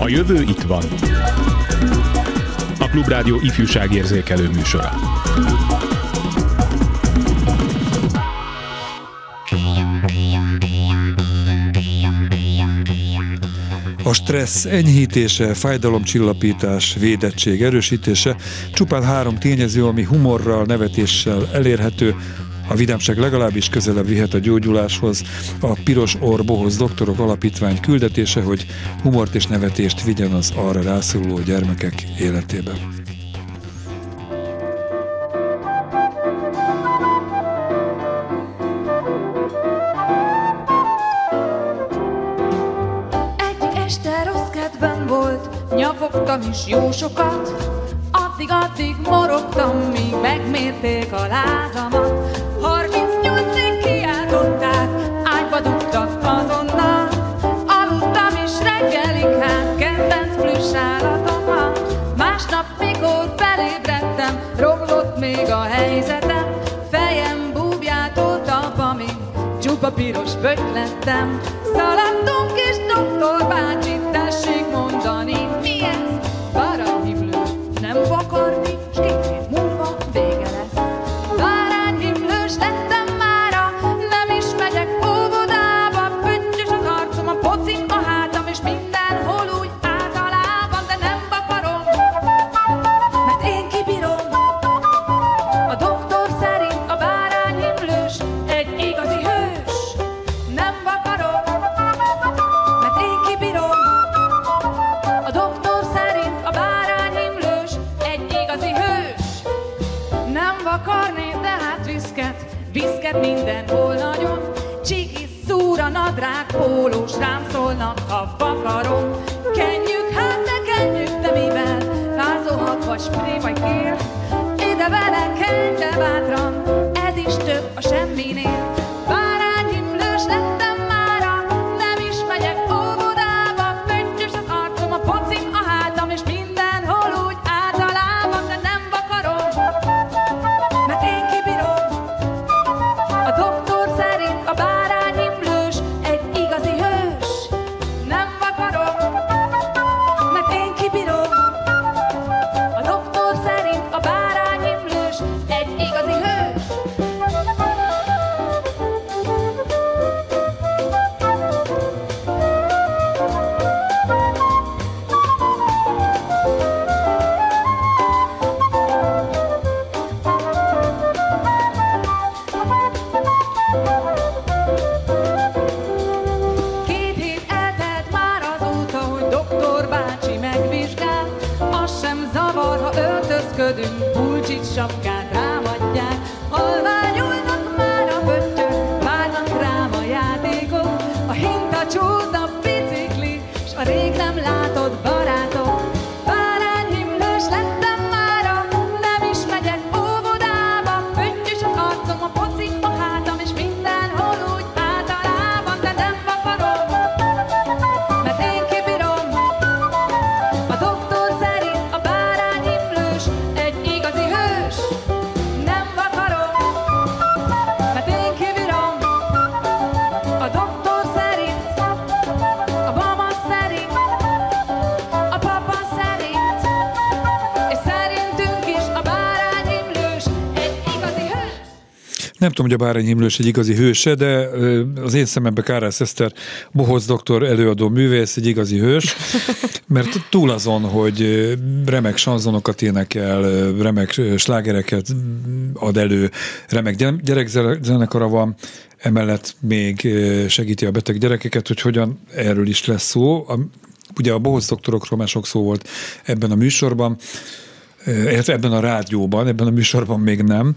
A jövő itt van. A Klubrádió ifjúságérzékelő műsora. A stressz enyhítése, fájdalomcsillapítás, védettség erősítése csupán 3 tényező, ami humorral, nevetéssel elérhető. A vidámság legalábbis közelebb vihet a gyógyuláshoz. A Piros Orr Bohóc Doktorok Alapítvány küldetése, hogy humort és nevetést vigyen az arra rászoruló gyermekek életébe. Egyik este rossz kedvem volt, nyafogtam is jó sokat, addig morogtam, míg megmérték a lázamat. 38-ig kiáltották, ágyba dugtak azonnal, aludtam is reggelig, hát kedvenc plüss állatommal. Másnap, mikor felébredtem, romlott még a helyzetem, fejem búbjától talpamig, csupa piros pötty lettem. Szaladtunk és doktor bácsi, tessék mondani, mi ez? Bárányhimlő, nem vakarni, s 2 hét múlva vége lesz. Bárányhimlős lettem mára, nem is megyek óvodába, pöttyös az arcom, a pocim, a hátam, és mindenhol úgy általában, de nem vakarom, mert én kibírom. A doktor szerint a bárányhimlős egy igazi hős. Nem vakarom, mert én kibírom. A doktor szerint a bárányhimlős egy igazi hős. Nem vakarni, de hát viszket mindenhol nagyon. Csiki, szúra, nadrág, pólós, rám szólnak, ha vakarom. Kenjük, hát ne kenjük, de mivel? Fázolhat, vagy spré, vagy kér. Ide vele, kenj, de bátran, ez is több a semminél. Bárányhimlős lettem mára, nem is megyek óvodába, pöttyös az arcom, a pocim, a hátam, és mindenhol úgy általában, de nem vakarom, mert én kibírom. A doktor szerint a bárányhimlős egy igazi hős. Nem vakarom, mert én kibírom. A doktor szerint a bárányhimlős egy igazi hős. Két hét eltelt már azóta, hogy doktor bácsi megvizsgál. Az sem zavar, ha öltözködünk, pulcsit, sapkát rámadják. Halványulnak már a pöttyök, várnak rám a játékok. A hinta csóta bicikli, s a rég nem látott barátok. Bárányhimlős lettem mára, nem is megyek óvodába, pöttyös az arcom, a pocim, a hátam, és mindenhol úgy általában, de nem vakarom, mert én kibírom. A doktor szerint a bárányhimlős egy igazi hős. Nem vakarom, mert én kibírom. A doktor szerint, a mama szerint, a papa szerint, és szerintünk is a bárányhimlős egy igazi hős. Nem tudom, hogy a bárányhimlős egy igazi hőse, de az én szememben Kárász Eszter, Bohóc doktor, előadó művész, egy igazi hős, mert túl azon, hogy remek sanzonokat énekel, remek slágereket ad elő, remek gyerekzenekara van, emellett még segíti a beteg gyerekeket, hogy hogyan, erről is lesz szó. Ugye a Bohóc doktorokról már sok szó volt ebben a műsorban, ebben a rádióban, ebben a műsorban még nem,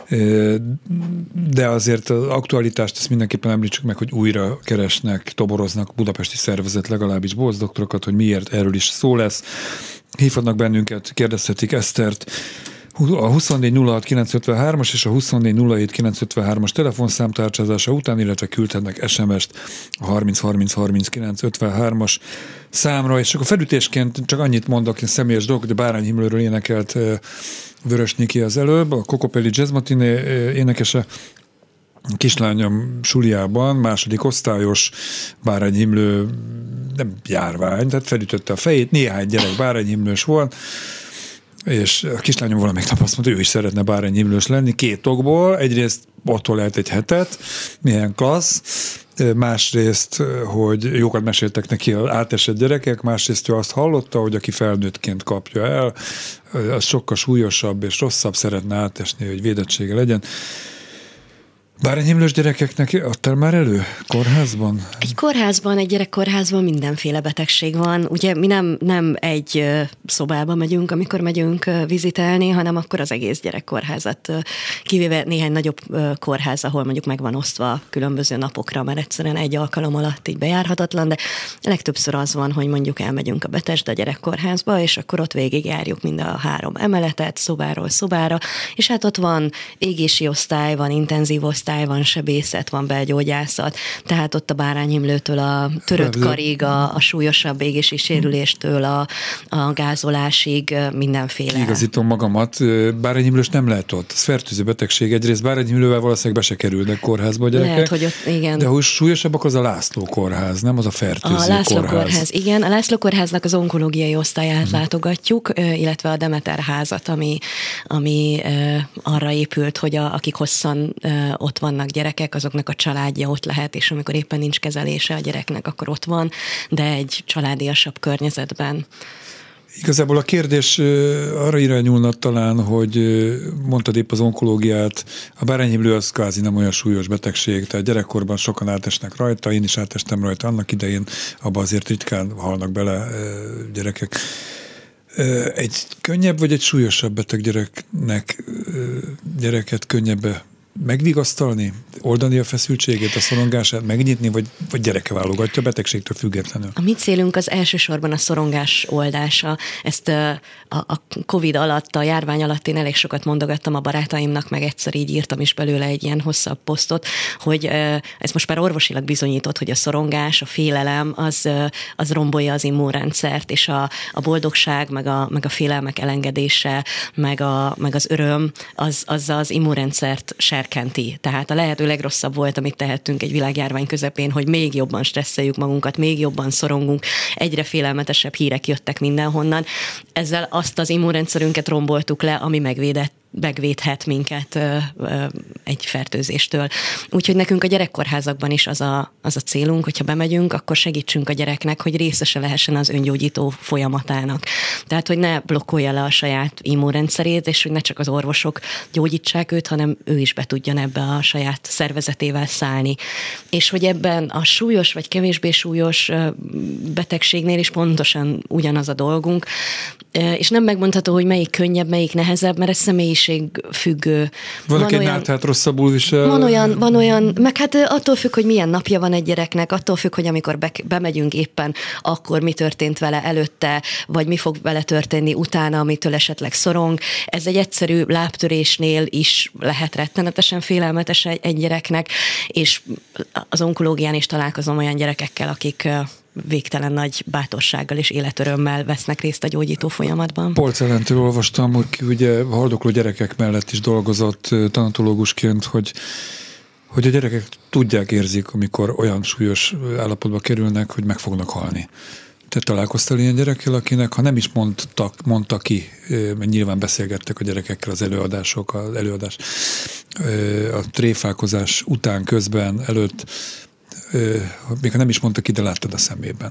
de azért az aktualitást ezt mindenképpen említsük meg, hogy újra keresnek, toboroznak budapesti szervezet legalábbis Bohóc doktorokat, hogy miért, erről is szó lesz. Hívhatnak bennünket, kérdezhetik Esztert. A 2406953-as és a 2407953-as telefonszámtárcsázása után, illetve küldhetnek SMS-t a 30303953-as számra, és akkor felütésként csak annyit mondok, hogy személyes dolog, hogy a Bárányhimlőről énekelt Vörös Niki az előbb, a Kokopelli Jazz Matiné énekese, kislányom suliában, második osztályos bárányhimlő, nem járvány, tehát felütötte a fejét, néhány gyerek bárányhimlős volt, és a kislányom valamelyik nap azt mondta, ő is szeretne bárányhimlős lenni, 2 okból. Egyrészt otthon lehet egy hetet, milyen klassz, másrészt, hogy jókat meséltek neki az átesett gyerekek, másrészt ő azt hallotta, hogy aki felnőttként kapja el, az sokkal súlyosabb és rosszabb, szeretne átesni, hogy védettsége legyen. Bárányhimlős gyerekeknek adtál már elő kórházban? Egy kórházban, egy gyerekkórházban mindenféle betegség van. Ugye mi nem egy szobába megyünk, amikor megyünk vizitelni, hanem akkor az egész gyerekkórházat, kivéve néhány nagyobb kórház, ahol mondjuk meg van osztva különböző napokra, mert egyszerűen egy alkalom alatt így bejárhatatlan, de legtöbbször az van, hogy mondjuk elmegyünk a Betesda gyerekkórházba, és akkor ott végigjárjuk mind a 3 emeletet, szobáról szobára, és hát ott van égési osztály, van intenzív osztály, van sebészet, van belgyógyászat, tehát ott a bárányhimlőtől a törött karig, a súlyosabb égési sérüléstől a gázolásig mindenféle. Igazítom magamat, bárányhimlős nem lehet ott. Ez fertőző betegség. Egyrészt bárányhimlővel valószínűleg be se kerülnek kórházba a gyerekek. Lehet, hogy ott, igen. De hogy súlyosabbak, az a László kórház, nem az a fertőző kórház. A László kórház, igen. A László kórháznak az onkológiai osztályát látogatjuk, illetve a Demeter házat, ami arra épült, hogy akik hosszan ott vannak gyerekek, azoknak a családja ott lehet, és amikor éppen nincs kezelése a gyereknek, akkor ott van, de egy családiasabb környezetben. Igazából a kérdés arra irányulna talán, hogy mondtad épp az onkológiát, a bárányhimlő az kvázi nem olyan súlyos betegség, tehát gyerekkorban sokan átesnek rajta, én is átestem rajta annak idején, abban azért ritkán halnak bele gyerekek. Egy könnyebb vagy egy súlyosabb beteg gyereket könnyebb megvigasztalni, oldani a feszültségét, a szorongását, megnyitni, vagy gyereke válogatja betegségtől függetlenül? A mi célunk az elsősorban a szorongás oldása. Ezt a Covid alatt, a járvány alatt én elég sokat mondogattam a barátaimnak, meg egyszer így írtam is belőle egy ilyen hosszabb posztot, hogy ez most már orvosilag bizonyított, hogy a szorongás, a félelem, az rombolja az immunrendszert, és a boldogság, meg a félelmek elengedése, meg az öröm, az immunrendszert serkenti. Tehát a lehető legrosszabb volt, amit tehettünk egy világjárvány közepén, hogy még jobban stresszeljük magunkat, még jobban szorongunk, egyre félelmetesebb hírek jöttek mindenhonnan. Ezzel azt az immunrendszerünket romboltuk le, ami megvédhet minket egy fertőzéstől. Úgyhogy nekünk a gyerekkórházakban is az a célunk, hogyha bemegyünk, akkor segítsünk a gyereknek, hogy részese lehessen az öngyógyító folyamatának. Tehát, hogy ne blokkolja le a saját immunrendszerét, és hogy ne csak az orvosok gyógyítsák őt, hanem ő is be tudjon ebbe a saját szervezetével szállni. És hogy ebben a súlyos vagy kevésbé súlyos betegségnél is pontosan ugyanaz a dolgunk, és nem megmondható, hogy melyik könnyebb, melyik nehezebb, mert ez személyiségfüggő. Van egy náthát rosszabbul visel. Van olyan, meg hát attól függ, hogy milyen napja van egy gyereknek, attól függ, hogy amikor bemegyünk éppen, akkor mi történt vele előtte, vagy mi fog vele történni utána, amitől esetleg szorong. Ez egy egyszerű lábtörésnél is lehet rettenetesen félelmetes egy gyereknek, és az onkológián is találkozom olyan gyerekekkel, akik végtelen nagy bátorsággal és életörömmel vesznek részt a gyógyító folyamatban. Polc Ellentől olvastam, hogy ugye haldokló gyerekek mellett is dolgozott tanatológusként, hogy a gyerekek tudják, érzik, amikor olyan súlyos állapotba kerülnek, hogy meg fognak halni. Te találkoztál ilyen gyerekkel, akinek, ha nem is mondta ki, mert nyilván beszélgettek a gyerekekkel az előadás, a tréfálkozás után, közben, előtt, még ha nem is mondta ki, de láttad a szemében.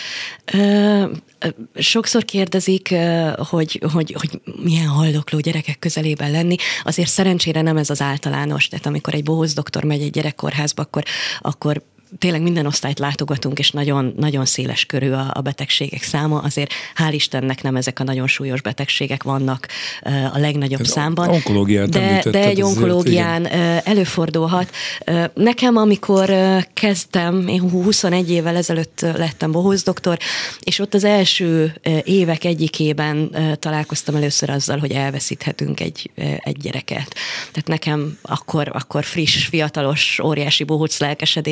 Sokszor kérdezik, hogy milyen haldokló gyerekek közelében lenni. Azért szerencsére nem ez az általános. Tehát amikor egy bohóc doktor megy egy gyerekkorházba, akkor tényleg minden osztályt látogatunk, és nagyon, nagyon széles körű a betegségek száma. Azért hál' Istennek nem ezek a nagyon súlyos betegségek vannak a legnagyobb számban. Onkológiát de egy onkológián előfordulhat. Nekem, amikor kezdtem, én 21 évvel ezelőtt lettem bohóc doktor, és ott az első évek egyikében találkoztam először azzal, hogy elveszíthetünk egy gyereket. Tehát nekem akkor friss, fiatalos, óriási bohóc lelkesedéssel mentem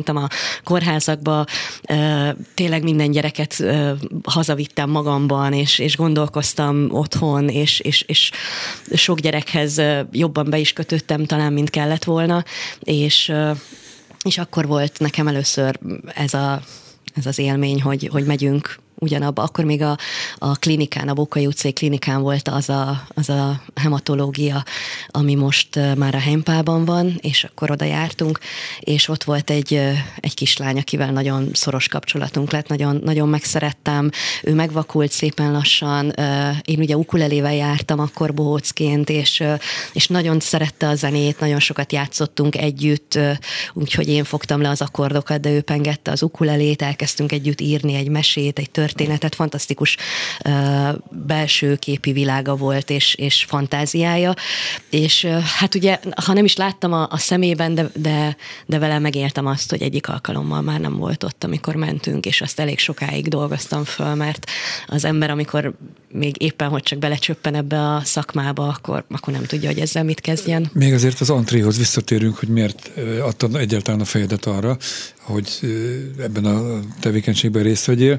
mentem a kórházakba, tényleg minden gyereket hazavittem magamban, és gondolkoztam otthon, és sok gyerekhez jobban be is kötöttem talán, mint kellett volna, és akkor volt nekem először ez az élmény, hogy megyünk ugyanabba. Akkor még a klinikán, a Bokai utcai klinikán volt az a hematológia, ami most már a Heimpában van, és akkor oda jártunk, és ott volt egy kislány, akivel nagyon szoros kapcsolatunk lett, nagyon, nagyon megszerettem, ő megvakult szépen lassan, én ugye ukulelével jártam akkor bohócként, és nagyon szerette a zenét, nagyon sokat játszottunk együtt, úgyhogy én fogtam le az akkordokat, de ő pengette az ukulelét, elkezdtünk együtt írni egy mesét, egy történetet, fantasztikus belső képi világa volt, és fantáziája, és hát ugye, ha nem is láttam a szemében, de vele megéltem azt, hogy egyik alkalommal már nem volt ott, amikor mentünk, és azt elég sokáig dolgoztam föl, mert az ember, amikor még éppen, hogy csak belecsöppen ebbe a szakmába, akkor nem tudja, hogy ezzel mit kezdjen. Még azért az antréhoz visszatérünk, hogy miért adtad egyáltalán a fejedet arra, hogy ebben a tevékenységben részt vegyél.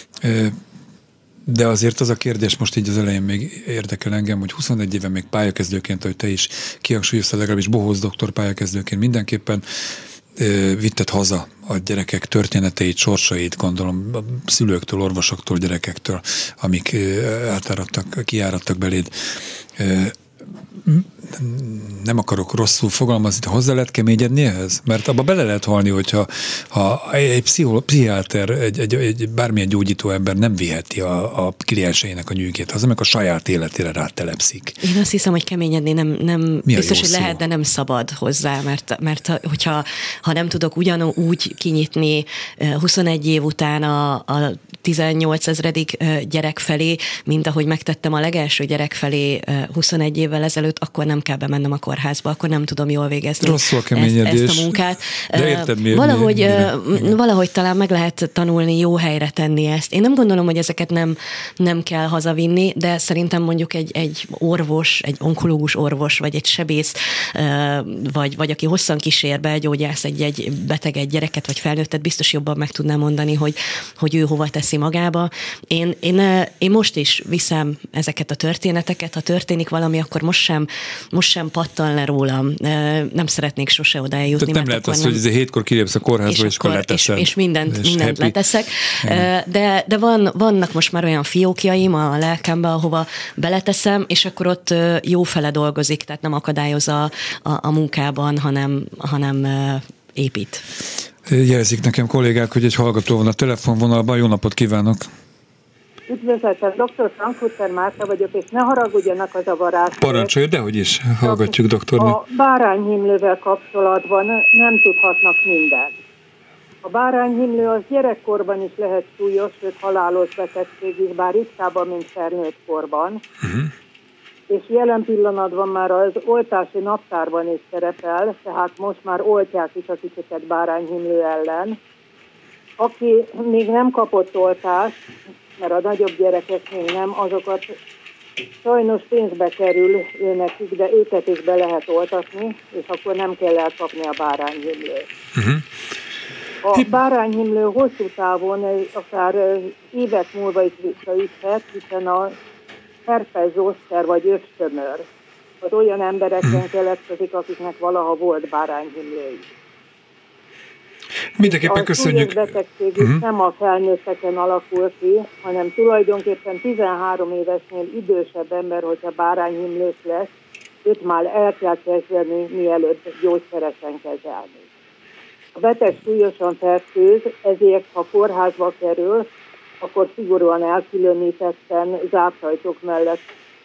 De azért az a kérdés most így az elején még érdekel engem, hogy 21 éven még pályakezdőként, hogy te is kihangsúlyoztad, legalábbis Bohóc doktor pályakezdőként mindenképpen vitted haza a gyerekek történeteit, sorsait, gondolom a szülőktől, orvosoktól, gyerekektől, amik kiáradtak beléd. Nem akarok rosszul fogalmazni, de hozzá lehet keményedni ehhez? Mert abba bele lehet halni, hogyha egy pszichiáter, egy bármilyen gyógyító ember nem viheti a klienseinek a nyűgét haza, meg a saját életére rátelepszik. Én azt hiszem, hogy keményedni nem biztos, hogy lehet, de nem szabad hozzá, mert hogyha nem tudok ugyanúgy kinyitni 21 év után a 18 000. Gyerek felé, mint ahogy megtettem a legelső gyerek felé 21 évvel ezelőtt, akkor nem kell bemennem a kórházba, akkor nem tudom jól végezni ezt a munkát. De érted, valahogy talán meg lehet tanulni, jó helyre tenni ezt. Én nem gondolom, hogy ezeket nem kell hazavinni, de szerintem mondjuk egy orvos, egy onkológus orvos, vagy egy sebész, vagy aki hosszan kísér be, gyógyász egy beteget, gyereket, vagy felnőttet, biztos jobban meg tudná mondani, hogy ő hova teszi magába. Én most is viszem ezeket a történeteket, ha történik valami, akkor most sem pattan le rólam. Nem szeretnék sose oda eljutni. Tehát nem lehet az, hogy 7-kor kilépsz a kórházba, és akkor leteszed. És mindent leteszek. De vannak most már olyan fiókjaim a lelkembe, ahova beleteszem, és akkor ott jó fele dolgozik, tehát nem akadályoz a munkában, hanem épít. Jelezik nekem kollégák, hogy egy hallgató van a telefonvonalban. Jó napot kívánok! Üdvözletem, dr. Frankfurter Márta vagyok, és ne haragudjanak a zavarásért. Parancsolj, dehogy is hallgatjuk, doktornő. A bárányhimlővel kapcsolatban nem tudhatnak mindent. A bárányhimlő az gyerekkorban is lehet súlyos, sőt halálos betegség is, bár ritkábban, mint felnőtt korban. És jelen pillanatban már az oltási naptárban is szerepel, tehát most már oltják is a kicsiket bárányhimlő ellen. Aki még nem kapott oltást, mert a nagyobb gyerekek még nem, azokat sajnos pénzbe kerül nekik, de őket is be lehet oltatni, és akkor nem kell elkapni a bárányhimlőt. A bárányhimlő hosszú távon, akár évek múlva is visszaüthet, hiszen a herpes zoster vagy övstömör az olyan embereken keletkezik, akiknek valaha volt bárányhimlőjük. Mindenképpen köszönjük. A betegség nem a felnőtteken alakul ki, hanem tulajdonképpen 13 évesnél idősebb ember, hogyha bárányhimlős lesz, őt már el kell kezdeni, mielőtt gyógyszeresen kezelni. A beteg súlyosan fertőz, ezért ha kórházba kerül, akkor szigorúan elkülönítetten zárt ajtók mellett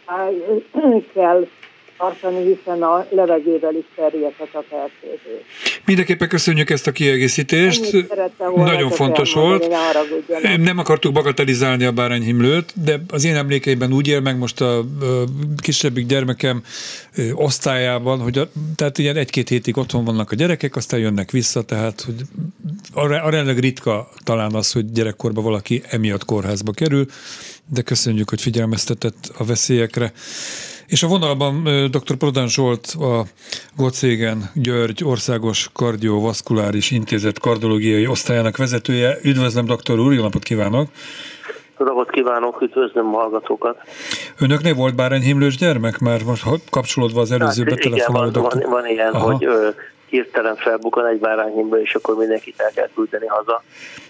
kell tartani, hiszen a levegővel is terjedhet a fertőzés. Mindenképpen köszönjük ezt a kiegészítést. Nagyon fontos volt. Nem akartuk bagatelizálni a bárányhimlőt, de az én emlékeimben úgy él meg most a kisebbik gyermekem osztályában, hogy tehát ilyen 1-2 hétig otthon vannak a gyerekek, aztán jönnek vissza, tehát hogy aránylag ritka talán az, hogy gyerekkorban valaki emiatt kórházba kerül, de köszönjük, hogy figyelmeztetett a veszélyekre. És a vonalban dr. Prodan Zsolt, a Gottszégen György Országos Kardiovaszkuláris Intézet kardiológiai osztályának vezetője. Üdvözlöm, doktor úr, jó napot kívánok! Jó napot kívánok, üdvözlöm a hallgatókat! Önöknél volt bárenyhimlős gyermek? Már most kapcsolódva az előző betelefonáló doktor? Van ilyen, hogy hirtelen felbukkan egy bárányhimlő, és akkor mindenkit el kell küldeni haza,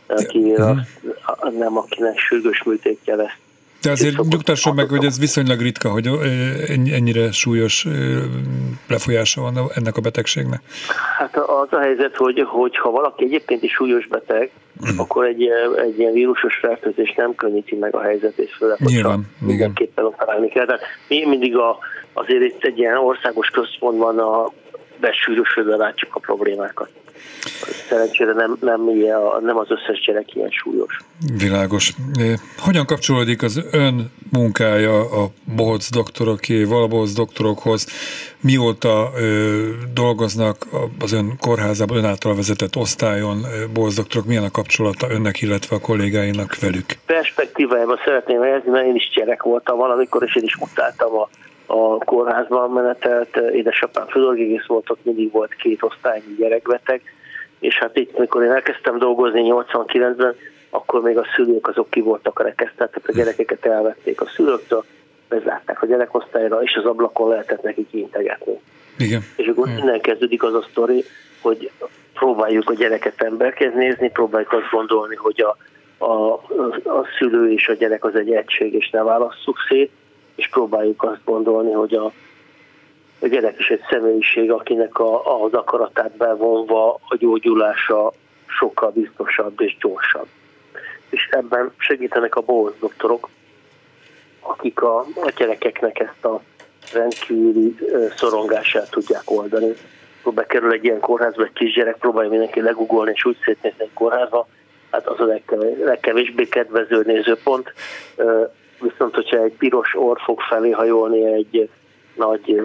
akinek sürgős műtétje lesz. De azért nyugtasson meg, hogy ez viszonylag ritka, hogy ennyire súlyos lefolyása van ennek a betegségnek. Hát az a helyzet, hogy ha valaki egyébként is súlyos beteg, akkor egy ilyen vírusos fertőzés nem könnyíti meg a helyzetét, főleg, hogyha mindenképpen operálni kell. Tehát mi mindig azért itt egy ilyen országos központban besűrűsödve látjuk a problémákat. Szerencsére nem az összes gyerek ilyen súlyos. Világos. Hogyan kapcsolódik az ön munkája a bohóc doktoroké, valabohóc doktorokhoz? Mióta dolgoznak az ön kórházában, ön által vezetett osztályon bohóc doktorok? Milyen a kapcsolata önnek, illetve a kollégáinak velük? Perspektívájában szeretném helyezni, mert én is gyerek voltam valamikor, és én is utáltam a kórházban menetelt. Édesapám főorgégész volt, ott mindig volt 2 osztálynyi gyerekbeteg, és hát itt, amikor én elkezdtem dolgozni 89-ben, akkor még a szülők azok ki voltak a rekesztelt, tehát a gyerekeket elvették a szülőktől, bezárták a gyerekosztályra, és az ablakon lehetett nekik integetni. Igen. És akkor innen kezdődik az a sztori, hogy próbáljuk a gyereket emberként nézni, próbáljuk azt gondolni, hogy a szülő és a gyerek az egy egység, és ne válasszuk szét, és próbáljuk azt gondolni, hogy a gyerek is egy személyiség, akinek az akaratát bevonva a gyógyulása sokkal biztosabb és gyorsabb. És ebben segítenek a bohóc doktorok, akik a gyerekeknek ezt a rendkívüli szorongását tudják oldani. Bekerül egy ilyen kórházba, egy kisgyerek, próbálja mindenki legugolni és úgy szétnézni egy kórházba, hát az a legkevésbé kedvező nézőpont. Viszont, hogyha egy piros orr fog felé hajolni egy nagy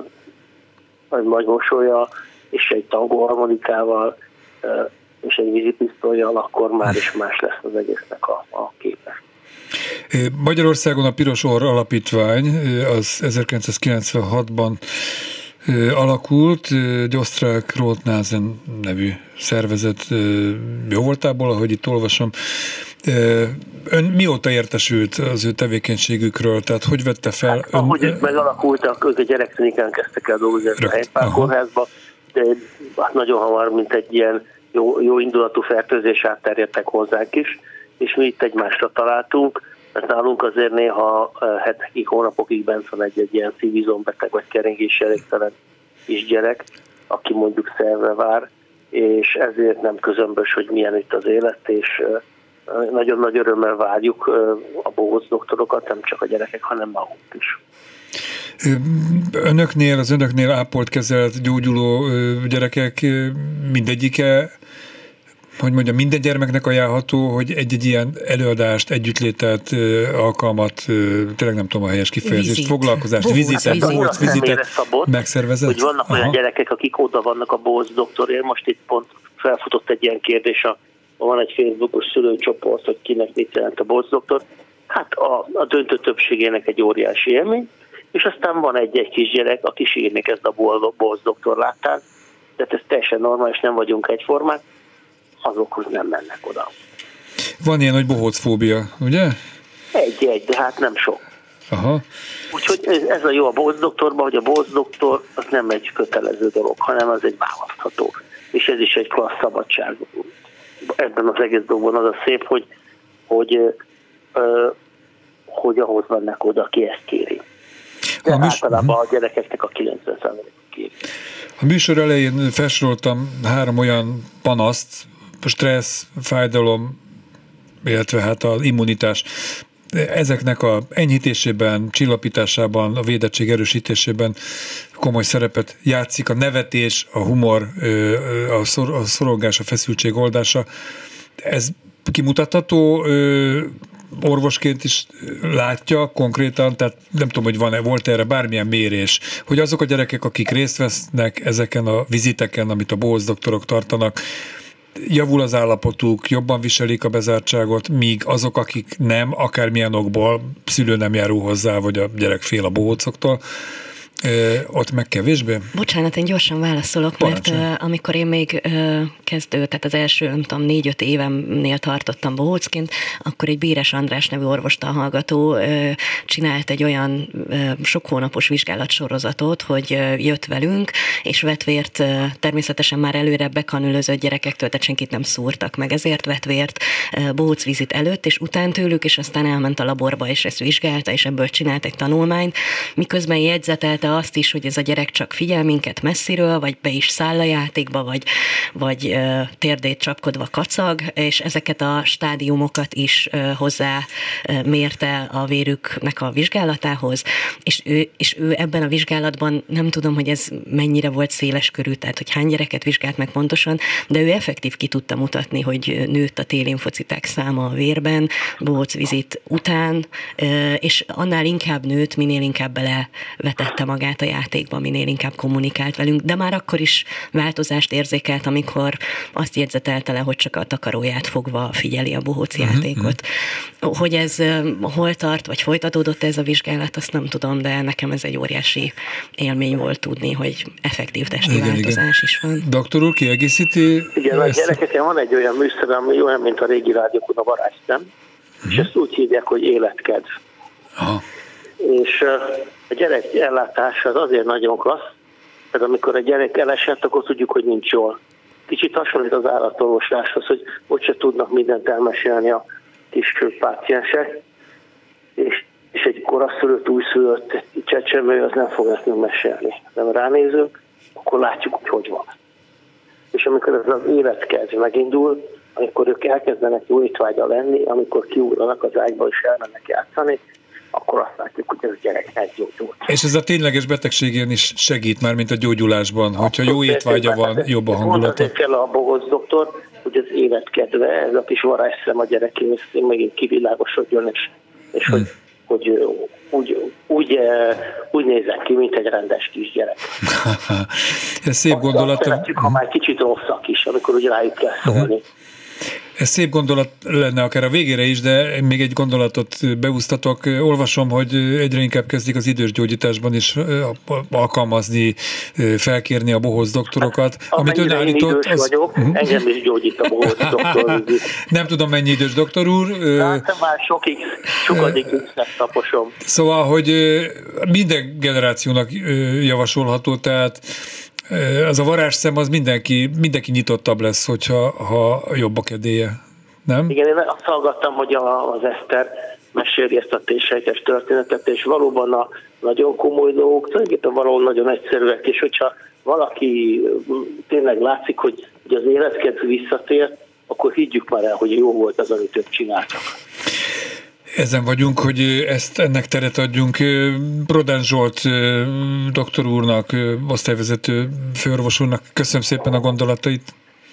mosolya, és egy tangó harmonikával, és egy vízipisztollyal, akkor már is más lesz az egésznek a képe. Magyarországon a Piros Orr Alapítvány az 1996-ban alakult, egy osztrák Rotnasen nevű szervezet jóvoltából, ahogy itt olvasom. Ön mióta értesült az ő tevékenységükről? Tehát hogy vette fel? Ahogy ők megalakultak, ők a gyerekklinikán kezdtek el dolgozni a Helypál kórházba, de nagyon hamar, mint egy ilyen jó indulatú fertőzés átterjedtek hozzánk is, és mi itt egymásra találtunk, mert nálunk azért néha hetekig, hónapokig bent van egy ilyen szívizombeteg vagy keringési elégtelen kisgyerek, aki mondjuk szerve vár, és ezért nem közömbös, hogy milyen itt az élet, és nagyon nagy örömmel várjuk a bohóc doktorokat, nem csak a gyerekek, hanem maguk is. Az önöknél ápolt, kezelt, gyógyuló gyerekek mindegyike, hogy mondjam, minden gyermeknek ajánlható, hogy egy ilyen előadást, együttlétet, alkalmat, tényleg nem tudom a helyes kifejezést, foglalkozást, vizitet megszervezett? Hogy vannak olyan gyerekek, akik oda vannak a bohóc doktorért. Most itt pont felfutott egy ilyen kérdés, van egy Facebookos szülőcsoport, hogy kinek mit jelent a bohóc doktor. Hát a döntő többségének egy óriási élmény, és aztán van egy kisgyerek, aki sírni kezd a bohóc doktor láttán, tehát ez teljesen normális, nem vagyunk egyformák, azokhoz nem mennek oda. Van ilyen, hogy bohócfóbia, ugye? Egy, de hát nem sok. Aha. Úgyhogy ez a jó a bohóc doktorban, hogy a bohóc doktor az nem egy kötelező dolog, hanem az egy választható. És ez is egy klassz szabadság. Ebben az egész dolgban az a szép, hogy ahhoz mennek oda, aki ezt kéri. De általában a gyerekeknek a 90%-a kéri. A műsor elején felsoroltam 3 olyan panaszt, stressz, fájdalom, illetve hát az immunitás. Ezeknek a enyhítésében, csillapításában, a védettség erősítésében komoly szerepet játszik a nevetés, a humor, a szorongás, a feszültség oldása. Ez kimutatható, orvosként is látja konkrétan, tehát nem tudom, hogy volt erre bármilyen mérés, hogy azok a gyerekek, akik részt vesznek ezeken a viziteken, amit a bohóc doktorok tartanak, javul az állapotuk, jobban viselik a bezártságot, míg azok, akik nem, akármilyen okból, szülő nem járul hozzá, vagy a gyerek fél a bohócoktól, ott meg kevésbé? Bocsánat, én gyorsan válaszolok, mert amikor én még tehát az első, nem tudom, 4-5 évemnél tartottam bohócként, akkor egy Béres András nevű orvostan-hallgató csinált egy olyan sok hónapos vizsgálatsorozatot, hogy jött velünk, és vett vért, természetesen már előre bekanülözött gyerekektől, tehát senkit nem szúrtak meg, ezért vett vért bohócvizit előtt, és után tőlük, és aztán elment a laborba, és ezt vizsgálta, és ebből csinált egy tanulmányt, miközben jegyzetelte azt is, hogy ez a gyerek csak figyel minket messziről, vagy be is száll a játékba, vagy térdét csapkodva kacag, és ezeket a stádiumokat is hozzá mérte a vérüknek a vizsgálatához, és ő ebben a vizsgálatban, nem tudom, hogy ez mennyire volt széles körű, tehát hogy hány gyereket vizsgált meg pontosan, de ő effektív ki tudta mutatni, hogy nőtt a T-linfociták száma a vérben, bohócvizit után, és annál inkább nőtt, minél inkább belevetette magát a játékba, minél inkább kommunikált velünk, de már akkor is változást érzékelt, amikor azt jegyzetelte le, hogy csak a takaróját fogva figyeli a bohóc játékot. Hogy ez hol tart, vagy folytatódott ez a vizsgálat, azt nem tudom, de nekem ez egy óriási élmény volt tudni, hogy effektív testi változás is van. Doktor úr, kiegészíti? Igen, a gyerekeken van egy olyan műszer, ami olyan, mint a régi rádiókon a varázsszem, és ezt úgy hívják, hogy életkedv. Aha. És a gyerek ellátása az azért nagyon klassz, mert amikor a gyerek elesett, akkor tudjuk, hogy nincs jól. Kicsit hasonlít az állatorvosláshoz, hogy ott se tudnak mindent elmesélni a kis páciensek, és egy koraszülött, újszülött csecsemő az nem fog ezt mesélni. Nem ránézünk, akkor látjuk, hogy van. És amikor ez az életkedv megindul, amikor ők elkezdenek jó étvágya lenni, amikor kiugranak az ágyba és elmennek játszani, akkor azt látjuk, hogy ez a gyerek meggyógyult. És ez a tényleges betegségén is segít már, mint a gyógyulásban, hogyha jó étvágya van, jobb a hangulata. Azért kell a bohóc doktor, hogy az életkedve, ez a kis varázsszem a gyerekén megint kivilágosodjon, és hogy úgy nézzen ki, mint egy rendes kisgyerek. Ez szép gondolat. Szeretjük, ha már kicsit rosszak is, amikor úgy rájuk kell szólni. Ez szép gondolat lenne akár a végére is, de még egy gondolatot beúsztatok. Olvasom, hogy egyre inkább kezdik az idősgyógyításban is alkalmazni, felkérni a bohóc doktorokat. Amit ön állított, az... vagyok, engem is gyógyít a bohóc doktor. Nem tudom, mennyi idős doktor úr. Hát már sokadik taposom. Szóval, hogy minden generációnak javasolható, tehát az a varázsszem az mindenki nyitottabb lesz, hogyha jobb a kedélye, nem? Igen, én azt hallgattam, hogy az Eszter meséli ezt a tényleges történetet, és valóban a nagyon komoly dolgok, tulajdonképpen valahol nagyon egyszerűek, és hogyha valaki tényleg látszik, hogy az életkedv visszatér, akkor higgyük már el, hogy jó volt az, amit ők csináltak. Ezen vagyunk, hogy ennek teret adjunk. Prodán Zsolt doktor úrnak, osztályvezető főorvos úrnak köszönöm szépen a gondolatait.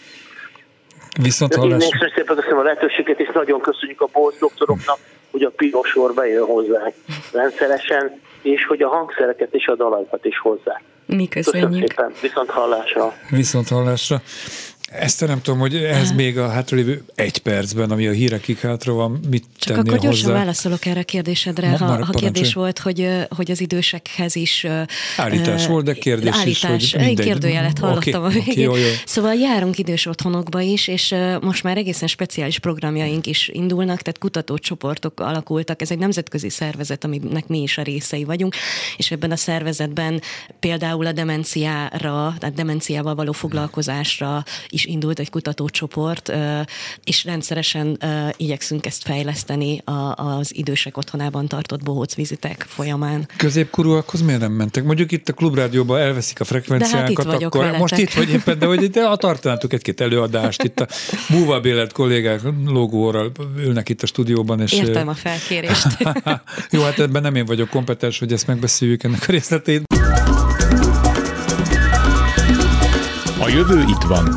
Viszont hallásra. Köszönöm szépen, köszönöm a lehetőséget, és nagyon köszönjük a bohóc doktoroknak, hogy a piros sor bejön hozzánk rendszeresen, és hogy a hangszereket és a dalakat is hozzá. Mi köszönjük. Köszönöm szépen, viszont hallásra. Viszont hallásra. Ezt nem tudom, hogy ehhez még a hátralévő 1 percben, ami a hírekig hátra van, mit csak tennél akkor gyorsan hozzá? Válaszolok erre a kérdésedre, ha kérdés volt, hogy az idősekhez is... Állítás volt, de kérdés is, hogy mindegy. Kérdőjelet hallottam a végén. Jó. Szóval járunk idős otthonokba is, és most már egészen speciális programjaink is indulnak, tehát kutatócsoportok alakultak. Ez egy nemzetközi szervezet, aminek mi is a részei vagyunk, és ebben a szervezetben például a demenciára, tehát demenciával való foglalkozásra is indult egy kutatócsoport, és rendszeresen igyekszünk ezt fejleszteni az idősek otthonában tartott bohócvizitek folyamán. Középkorúakhoz miért nem mentek? Mondjuk itt a Klubrádióban elveszik a frekvenciánkat, hát akkor veletek. Most itt vagy éppen, de hogy tartanátok egy-két előadást, itt a Búval Bélert kollégák lógóorral ülnek itt a stúdióban. És értem a felkérést. Jó, hát ebben nem én vagyok kompetens, hogy ezt megbeszéljük ennek a részletét. A jövő itt van.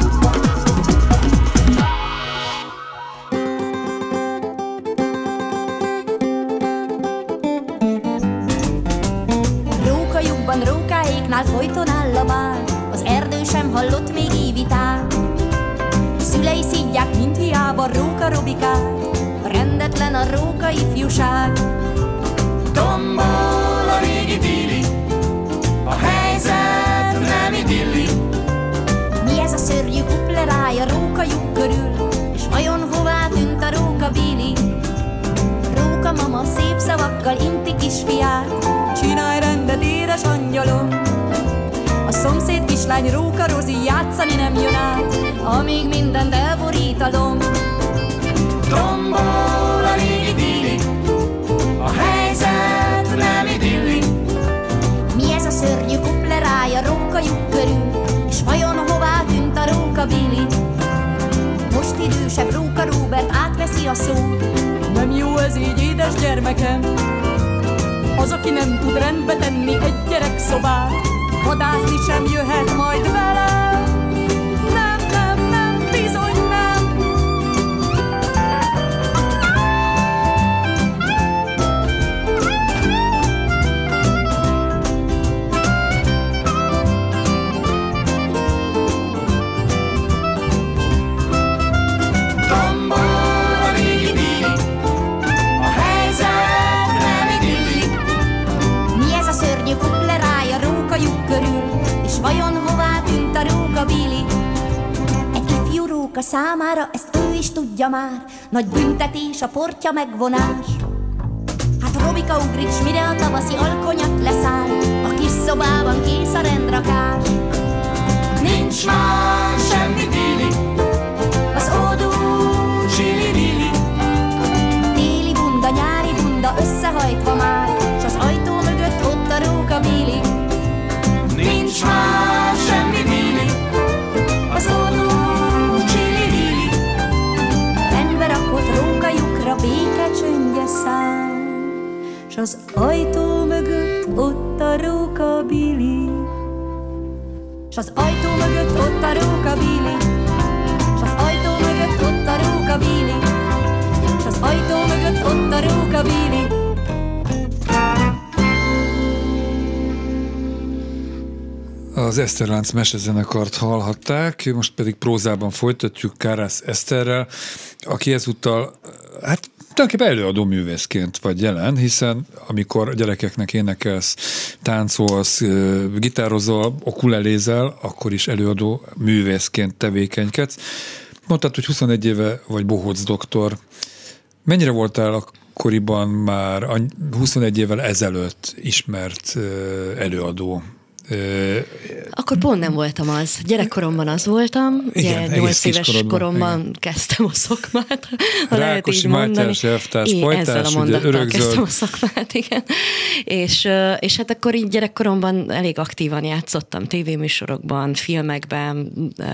Rókajukban, rókáéknál folyton áll a bál, az erdő sem hallott még ívitát. Szülei a róka Robikát, rendetlen a róka ifjúság. Tombol a régi díli, a helyzet nem idilli. Mi ez a szörnyű kupleráj a róka lyuk körül, és vajon hová tűnt a róka Billy? Róka mama szép szavakkal inti kisfiát, csinálj rendet, édes angyalom. A szomszéd kislány róka Rozi játszani nem jön át, amíg mindent elborít a lomb. Tombol a régi díli, a helyzet nem idilli. Mi ez a szörnyű kupleráj a róka lyuk körül, és vajon hová tűnt a róka Billy? Most idősebb róka Róbert átveszi a szót. Nem jó ez így, édes gyermekem. Az, aki nem tud rendbe tenni egy gyerekszobát, vadászni sem jöhet majd velem. Nem, nem, nem, bizony nem. Tombol a régi díli, a helyzet nem idilli. Mi ez a szörnyű kupleráj a róka lyuk körül, és vajon hová tűnt a róka Billy? Egy ifjú róka számára ezt ő is tudja már, nagy büntetés a portja megvonás. Hát Robika ugrik, s mire a tavaszi alkonyat leszáll, a kis szobában kész a rendrakás. Nincs már semmi díli, az ódú csili-dili. Téli bunda, nyári bunda összehajtva már, s az ajtó mögött ott a róka Billy. Nincs már semmi díli, az ódú csili-dili. Rendbe rakott róka lyukra béke csöndje száll, s az ajtó mögött ott a róka Billy. S az ajtó mögött ott a róka Billy. S az ajtó mögött ott a róka Billy. S az ajtó mögött ott a róka Billy. Az Eszterlánc mesezenekart hallhatták, most pedig prózában folytatjuk Kárász Eszterrel, aki ezúttal, hát tulajdonképpen előadó művészként vagy jelen, hiszen amikor a gyerekeknek énekelsz, táncolsz, gitározol, okulelézel, akkor is előadó művészként tevékenykedsz. Mondtad, hogy 21 éve vagy bohóc doktor. Mennyire voltál akkoriban már 21 évvel ezelőtt ismert előadó? Akkor pont nem voltam az. Gyerekkoromban az voltam. Igen, ugye 8 éves koromban igen. Kezdtem a szakmát, ha lehet Rákosi így mondani. Mátyás elvtárs, Ezzel a pajtás, ugye mondattal örökzöld. kezdtem a szakmát, igen. És hát akkor így gyerekkoromban elég aktívan játszottam tévéműsorokban, filmekben,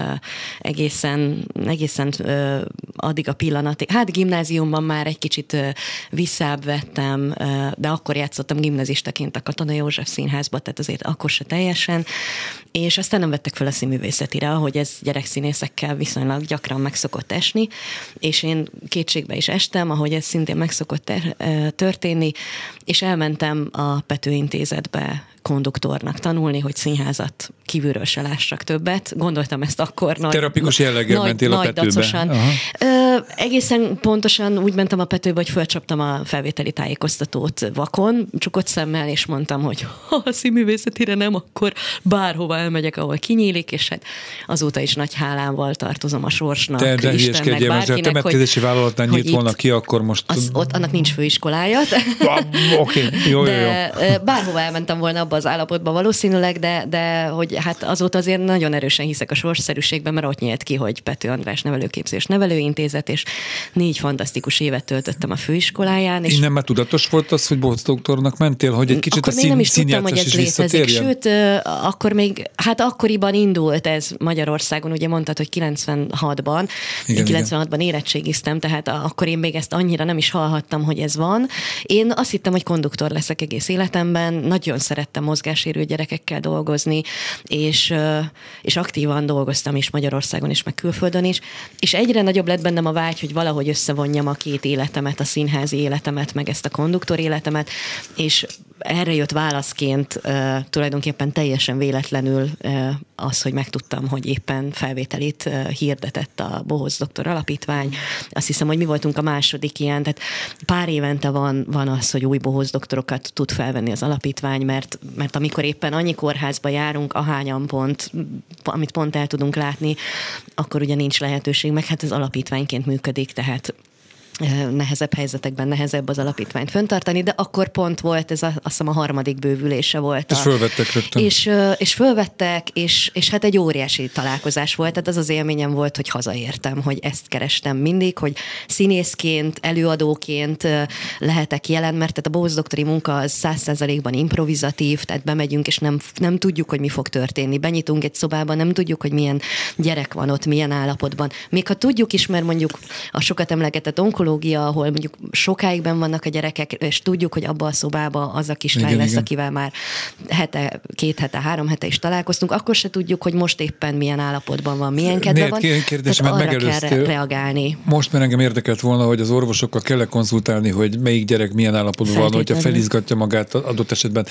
egészen addig a pillanatig. Hát gimnáziumban már egy kicsit visszább vettem, de akkor játszottam gimnazistaként a Katona József Színházba, tehát azért akkor se teljesen, és aztán nem vettek fel a színművészetire, ahogy ez gyerekszínészekkel viszonylag gyakran meg szokott esni, és én kétségbe is estem, ahogy ez szintén meg szokott történni, és elmentem a Pető Intézetbe konduktornak tanulni, hogy színházat kívülről se lássak többet. Gondoltam ezt akkor terapikus jelleggel mentél a Petőbe. Egészen pontosan úgy mentem a Petőbe, hogy fölcsaptam a felvételi tájékoztatót vakon, csukott szemmel, és mondtam, hogy ha a színművészetire nem, akkor bárhova elmegyek, ahol kinyílik, és hát azóta is nagy hálával tartozom a sorsnak, Istennek, bárkinek, hogy a temetkezési vállalatnál nyílt volna ki, akkor most... Ott annak nincs főiskolája. Oké, jó. Bárhova elmentem volna abba az állapotban valószínűleg, de hogy hát azóta azért nagyon erősen hiszek a sorsszerűségben, mert ott nyílt ki, hogy Pető András Nevelőképzés Nevelőintézet, és 4 fantasztikus évet töltöttem a főiskoláján. És innen már tudatos volt az, hogy bohóc doktornak mentél, hogy egy kicsit akkor a színjátszás is visszatérjen? Sőt, akkor még, hát akkoriban indult ez Magyarországon, ugye mondtad, hogy 96-ban, én 96-ban érettségiztem, tehát akkor én még ezt annyira nem is hallhattam, hogy ez van. Én azt hittem, hogy konduktor leszek egész életemben, nagyon szerettem mozgássérült gyerekekkel dolgozni, és aktívan dolgoztam is Magyarországon is, meg külföldön is, és egyre nagyobb lett bennem a vágy, hogy valahogy összevonjam a két életemet, a színházi életemet, meg ezt a konduktor életemet, és erre jött válaszként tulajdonképpen teljesen véletlenül az, hogy megtudtam, hogy éppen felvételit hirdetett a Bohóc Doktor Alapítvány. Azt hiszem, hogy mi voltunk a második ilyen, tehát pár évente van az, hogy új Bohóc doktorokat tud felvenni az alapítvány, mert amikor éppen annyi kórházba járunk, ahányan amit pont el tudunk látni, akkor ugye nincs lehetőség, meg hát az alapítványként működik, tehát nehezebb helyzetekben nehezebb az alapítványt fenntartani, de akkor pont volt ez azt hiszem a harmadik bővülése volt. És fölvettek rögtön. És fölvettek, és hát egy óriási találkozás volt, tehát az az élményem volt, hogy hazaértem, hogy ezt kerestem mindig, hogy színészként, előadóként lehetek jelen, mert tehát a Bohóc doktori munka az 100%-ban improvizatív, tehát bemegyünk, és nem tudjuk, hogy mi fog történni. Benyitunk egy szobában, nem tudjuk, hogy milyen gyerek van ott, milyen állapotban. Még ha tudjuk is, mert mondjuk a sokat emlegetett ahol mondjuk sokáig benn vannak a gyerekek, és tudjuk, hogy abba a szobába az a kislány lesz, akivel már 2 hete, 3 hete is találkoztunk, akkor se tudjuk, hogy most éppen milyen állapotban van, milyen kedve van. Tehát arra kell reagálni. Most már engem érdekelt volna, hogy az orvosokkal kell konzultálni, hogy melyik gyerek milyen állapotban van, hogyha felizgatja magát adott esetben.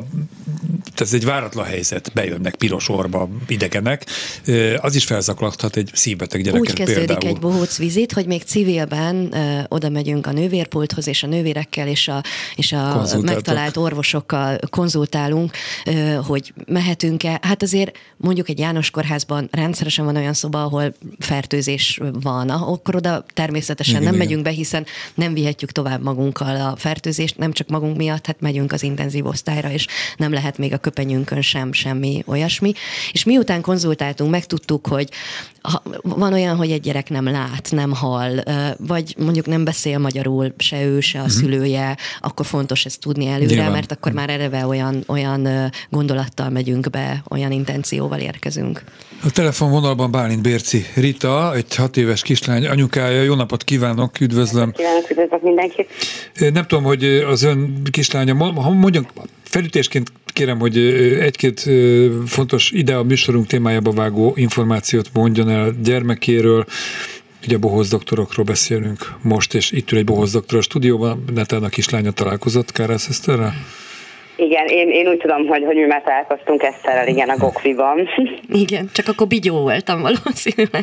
Ez egy váratlan helyzet, bejönnek piros orba idegenek, az is felzaklathat egy szívbeteg gyereket például. Úgy kezdődik például. egy bohóc vizit, hogy még civilben oda megyünk a nővérpulthoz, és a nővérekkel, és a megtalált orvosokkal konzultálunk, hogy mehetünk-e. Hát azért mondjuk egy János kórházban rendszeresen van olyan szoba, ahol fertőzés van, akkor oda természetesen nem megyünk be, hiszen nem vihetjük tovább magunkkal a fertőzést, nem csak magunk miatt, hát megyünk az intenzív osztályra, és nem lehet még a köpenyünkön sem semmi olyasmi. És miután konzultáltunk, megtudtuk, hogy van olyan, hogy egy gyerek nem lát, nem hall, vagy mondjuk nem beszél magyarul, se ő, se a szülője, akkor fontos ezt tudni előre, nyilván. Mert akkor már eleve olyan gondolattal megyünk be, olyan intencióval érkezünk. A telefonvonalban Bálint Bérci Rita, egy 6 éves kislány anyukája. Jó napot kívánok, üdvözlöm. Üdvözlök mindenkit. Nem tudom, hogy az ön kislánya, mondjunk, felütésként kérem, hogy egy-két fontos ide a műsorunk témájába vágó információt mondjon el gyermekéről. Ugye a bohóc doktorokról beszélünk most, és itt ül egy bohóc doktor a stúdióban, netán a kislánya találkozott Kárász Eszterrel? Igen, én úgy tudom, hogy mi már találkoztunk Eszterrel, igen, a Gokviban. Igen, csak akkor Bigyó voltam valószínűleg.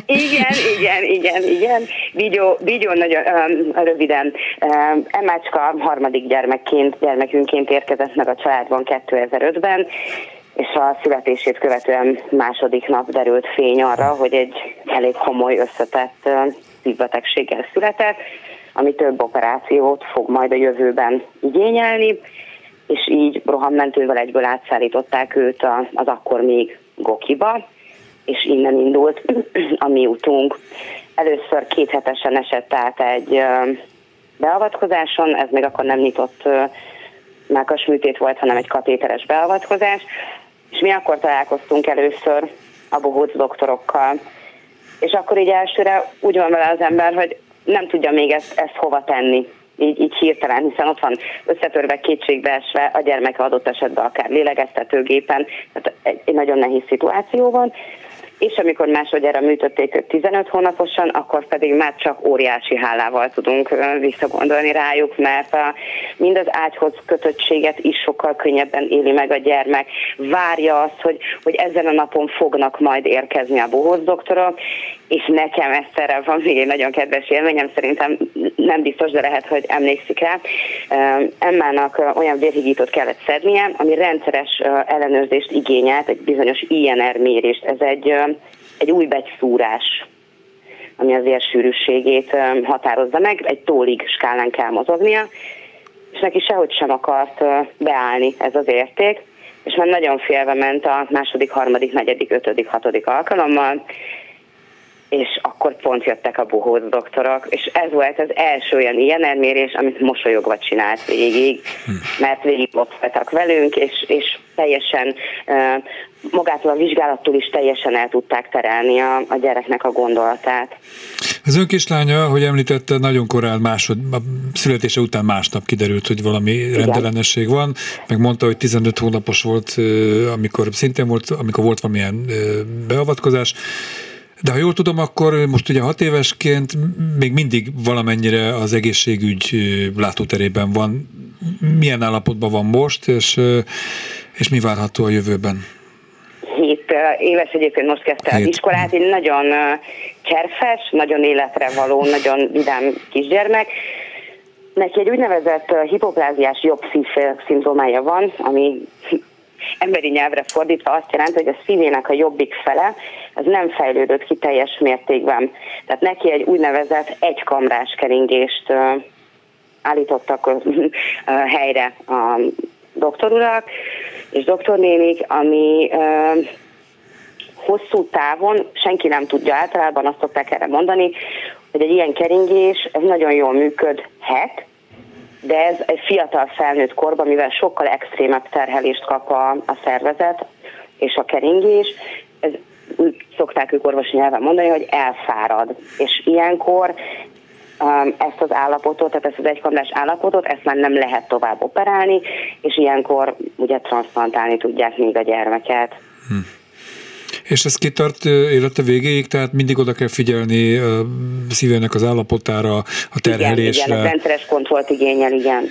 Igen. Bigyó nagyon röviden. Emácska harmadik gyermekünként érkezett meg a családban 2005-ben, és a születését követően második nap derült fény arra, hogy egy elég komoly összetett szívbetegséggel született, ami több operációt fog majd a jövőben igényelni, és így rohammentővel egyből átszállították őt az akkor még Gokiba, és innen indult a mi utunk. Először 2 hetesen esett át egy beavatkozáson, ez még akkor nem nyitott mákasműtét volt, hanem egy katéteres beavatkozás, és mi akkor találkoztunk először a bohóc doktorokkal. És akkor így elsőre úgy van vele az ember, hogy nem tudja még ezt hova tenni. Így hirtelen, hiszen ott van összetörve, kétségbeesve, a gyermeke adott esetben akár lélegeztetőgépen, tehát egy nagyon nehéz szituáció van. És amikor másodjára műtötték őt 15 hónaposan, akkor pedig már csak óriási hálával tudunk visszagondolni rájuk, mert mind az ágyhoz kötöttséget is sokkal könnyebben éli meg a gyermek. Várja azt, hogy ezen a napon fognak majd érkezni a bohóc doktorok, és nekem Eszterrel van még egy nagyon kedves élményem, szerintem nem biztos, de lehet, hogy emlékszik rá. Emmának olyan vérhigítót kellett szednie, ami rendszeres ellenőrzést igényelt, egy bizonyos INR mérést. Ez egy új begyszúrás, ami az vérsűrűségét határozza meg, egy tólig skálán kell mozognia, és neki sehogy sem akart beállni ez az érték, és már nagyon félve ment a 2., 3., 4., 5., 6. alkalommal, és akkor pont jöttek a bohóc doktorok, és ez volt az első olyan INR-mérés, amit mosolyogva csinált végig, mert végig ott voltak velünk, és teljesen magától a vizsgálattól is teljesen el tudták terelni a gyereknek a gondolatát. Az ön kislánya, hogy említette, nagyon korán a születése után másnap kiderült, hogy valami rendellenesség van, meg mondta, hogy 15 hónapos volt, amikor volt valamilyen beavatkozás. De ha jól tudom, akkor most ugye 6 évesként még mindig valamennyire az egészségügy látóterében van. milyen állapotban van most, és mi várható a jövőben? 7 éves egyébként most kezdte az iskolát, egy nagyon cserfes, nagyon életre való, nagyon vidám kisgyermek. Neki egy úgynevezett hipopláziás jobb szívfél-szindrómája van, ami emberi nyelvre fordítva azt jelenti, hogy a szívének a jobbik fele az nem fejlődött ki teljes mértékben. Tehát neki egy úgynevezett egykamrás keringést állítottak helyre a doktorurak és doktornénik, ami hosszú távon senki nem tudja, általában azt szokták erre mondani, hogy egy ilyen keringés ez nagyon jól működhet, de ez egy fiatal felnőtt korban, mivel sokkal extrémebb terhelést kap a szervezet és a keringés, ez úgy szokták ők orvosi nyelven mondani, hogy elfárad. És ilyenkor ezt az állapotot, tehát ezt az egykamrás állapotot, ezt már nem lehet tovább operálni, és ilyenkor ugye transzplantálni tudják még a gyermeket. És ez kitart élete végéig, tehát mindig oda kell figyelni a szívének az állapotára, a terhelésre. Igen, rendszeres kontrollt igényel, igen.